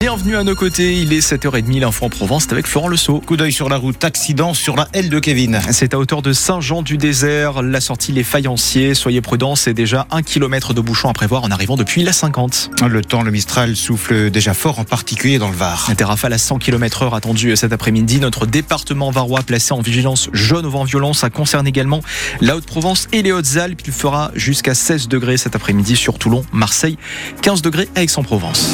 Bienvenue à nos côtés, il est 7h30, l'info en Provence, c'est avec Florent Lesault. Coup d'œil sur la route, accident sur la L de Kevin. C'est à hauteur de Saint-Jean-du-Désert, la sortie Les Faïenciers. Soyez prudents, c'est déjà 1 km de bouchon à prévoir en arrivant depuis la 50. Le temps, le Mistral souffle déjà fort, en particulier dans le Var. Des rafales à 100 km/h attendues cet après-midi. Notre département varois placé en vigilance jaune au vent violent. Ça concerne également la Haute-Provence et les Hautes-Alpes. Il fera jusqu'à 16 degrés cet après-midi sur Toulon, Marseille, 15 degrés à Aix-en-Provence.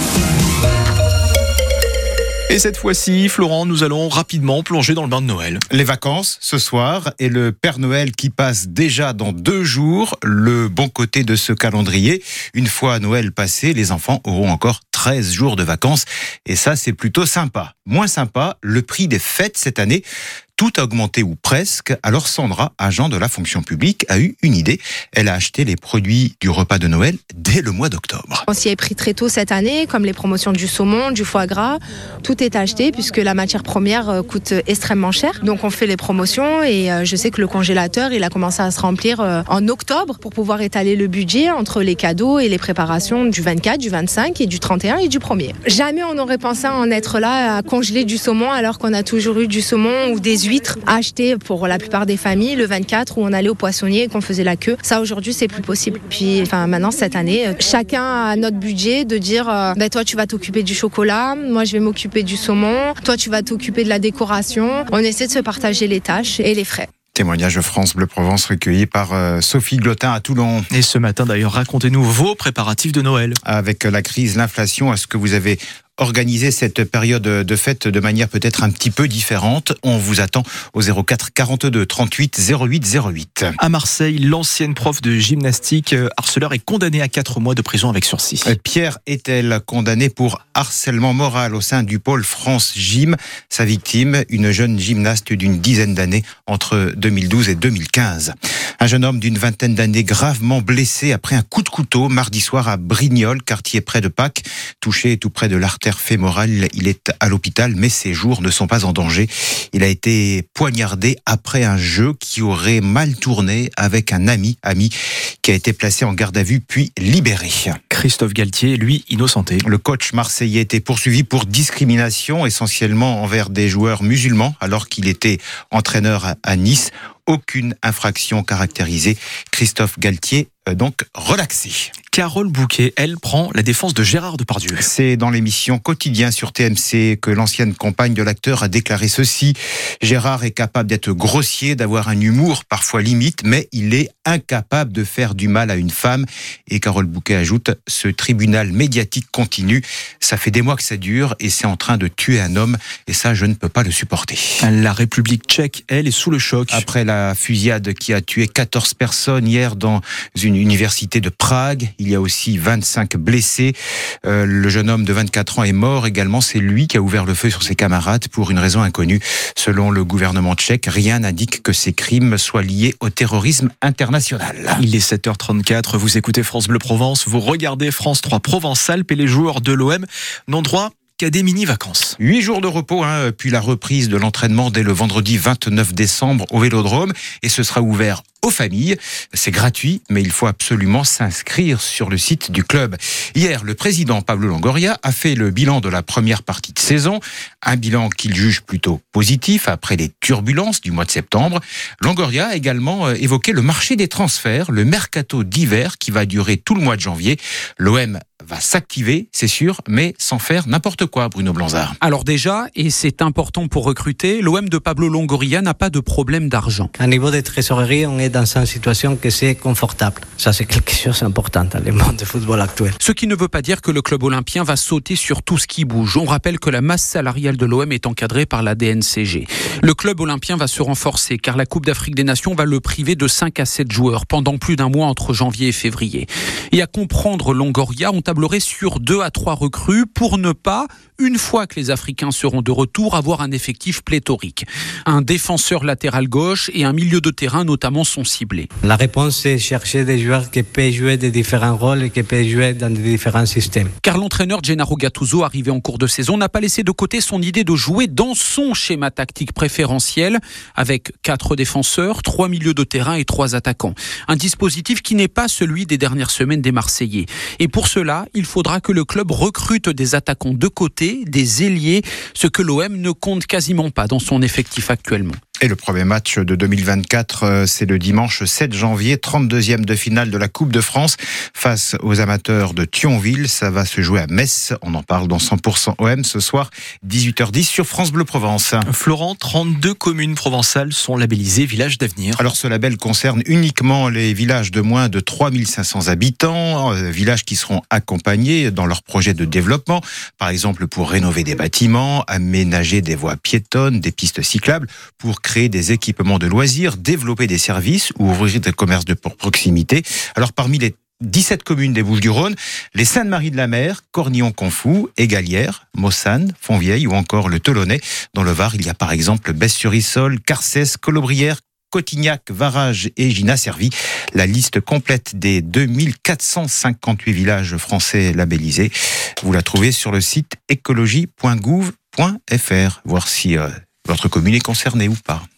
Et cette fois-ci, Florent, nous allons rapidement plonger dans le bain de Noël. Les vacances ce soir et le Père Noël qui passe déjà dans 2 jours. Le bon côté de ce calendrier, une fois Noël passé, les enfants auront encore 13 jours de vacances. Et ça, c'est plutôt sympa. Moins sympa, le prix des fêtes cette année. Tout a augmenté ou presque. Alors Sandra, agent de la fonction publique, a eu une idée. Elle a acheté les produits du repas de Noël dès le mois d'octobre. On s'y est pris très tôt cette année, comme les promotions du saumon, du foie gras. Tout est acheté puisque la matière première coûte extrêmement cher. Donc on fait les promotions et je sais que le congélateur, il a commencé à se remplir en octobre pour pouvoir étaler le budget entre les cadeaux et les préparations du 24, du 25 et du 31 et du 1er. Jamais on n'aurait pensé en être là à congeler du saumon alors qu'on a toujours eu du saumon ou des huîtres achetées pour la plupart des familles le 24 où on allait au poissonnier et qu'on faisait la queue. Ça aujourd'hui c'est plus possible. Puis maintenant cette année, chacun a notre budget de dire toi tu vas t'occuper du chocolat, moi je vais m'occuper du saumon, toi tu vas t'occuper de la décoration. On essaie de se partager les tâches et les frais. Témoignage de France Bleu Provence recueilli par Sophie Glotin à Toulon. Et ce matin d'ailleurs, racontez-nous vos préparatifs de Noël. Avec la crise, l'inflation, est-ce que vous avez organisé cette période de fête de manière peut-être un petit peu différente? On vous attend au 04 42 38 08 08. À Marseille, l'ancienne prof de gymnastique harceleur est condamnée à 4 mois de prison avec sursis. Pierre est-elle condamné pour harcèlement moral au sein du pôle France Gym? Sa victime, une jeune gymnaste d'une dizaine d'années entre 2012 et 2015. Un jeune homme d'une vingtaine d'années gravement blessé après un coup de couteau mardi soir à Brignoles, quartier près de Pâques, touché tout près de l'artère fémorale. Il est à l'hôpital, mais ses jours ne sont pas en danger. Il a été poignardé après un jeu qui aurait mal tourné avec un ami qui a été placé en garde à vue puis libéré. Christophe Galtier, lui, innocenté. Le coach marseillais était poursuivi pour discrimination, essentiellement envers des joueurs musulmans, alors qu'il était entraîneur à Nice. Aucune infraction caractérisée. Christophe Galtier, donc relaxé. Carole Bouquet, elle, prend la défense de Gérard Depardieu. C'est dans l'émission Quotidien sur TMC que l'ancienne compagne de l'acteur a déclaré ceci. Gérard est capable d'être grossier, d'avoir un humour parfois limite, mais il est incapable de faire du mal à une femme. Et Carole Bouquet ajoute, ce tribunal médiatique continue. Ça fait des mois que ça dure et c'est en train de tuer un homme. Et ça, je ne peux pas le supporter. La République tchèque, elle, est sous le choc. Après la fusillade qui a tué 14 personnes hier dans une université de Prague, il y a aussi 25 blessés. Le jeune homme de 24 ans est mort également. C'est lui qui a ouvert le feu sur ses camarades pour une raison inconnue. Selon le gouvernement tchèque, rien n'indique que ces crimes soient liés au terrorisme international. Il est 7h34, vous écoutez France Bleu Provence, vous regardez France 3 Provence-Alpes et les joueurs de l'OM n'ont droit qu'à des mini-vacances. 8 jours de repos, puis la reprise de l'entraînement dès le vendredi 29 décembre au Vélodrome. Et ce sera ouvert aux familles. C'est gratuit, mais il faut absolument s'inscrire sur le site du club. Hier, le président Pablo Longoria a fait le bilan de la première partie de saison. Un bilan qu'il juge plutôt positif après les turbulences du mois de septembre. Longoria a également évoqué le marché des transferts, le mercato d'hiver qui va durer tout le mois de janvier. L'OM va s'activer, c'est sûr, mais sans faire n'importe quoi, Bruno Blanzard. Alors déjà, et c'est important pour recruter, l'OM de Pablo Longoria n'a pas de problème d'argent. À niveau de trésorerie, on est dans une situation que c'est confortable. Ça, c'est quelque chose d'important dans le monde du football actuel. Ce qui ne veut pas dire que le club olympien va sauter sur tout ce qui bouge. On rappelle que la masse salariale de l'OM est encadrée par la DNCG. Le club olympien va se renforcer car la Coupe d'Afrique des Nations va le priver de 5 à 7 joueurs pendant plus d'un mois entre janvier et février. Et à comprendre Longoria, on tablerait sur 2 à 3 recrues pour ne pas, une fois que les Africains seront de retour, avoir un effectif pléthorique. Un défenseur latéral gauche et un milieu de terrain notamment sont ciblés. La réponse, c'est chercher des joueurs qui peuvent jouer des différents rôles et qui peuvent jouer dans des différents systèmes. Car l'entraîneur Gennaro Gattuso, arrivé en cours de saison, n'a pas laissé de côté son idée de jouer dans son schéma tactique préférentiel, avec 4 défenseurs, 3 milieux de terrain et 3 attaquants. Un dispositif qui n'est pas celui des dernières semaines des Marseillais. Et pour cela, il faudra que le club recrute des attaquants de côté côté des ailiers, ce que l'OM ne compte quasiment pas dans son effectif actuellement. Et le premier match de 2024, c'est le dimanche 7 janvier, 32e de finale de la Coupe de France face aux amateurs de Thionville. Ça va se jouer à Metz. On en parle dans 100% OM ce soir, 18h10 sur France Bleu Provence. Florent, 32 communes provençales sont labellisées Village d'Avenir. Alors ce label concerne uniquement les villages de moins de 3500 habitants, villages qui seront accompagnés dans leurs projets de développement, par exemple pour rénover des bâtiments, aménager des voies piétonnes, des pistes cyclables, pour créer des équipements de loisirs, développer des services ou ouvrir des commerces de proximité. Alors parmi les 17 communes des Bouches-du-Rhône, les Saintes-Maries-de-la-Mer, Cornillon-Confou, Égalières, Mossane, Fontvieille ou encore le Tolonnais. Dans le Var, il y a par exemple Besse-sur-Issole, Carcès, Colobrières, Cotignac, Varage et Gina-Servi. La liste complète des 2458 villages français labellisés, vous la trouvez sur le site écologie.gouv.fr. Voir si votre commune est concernée ou pas.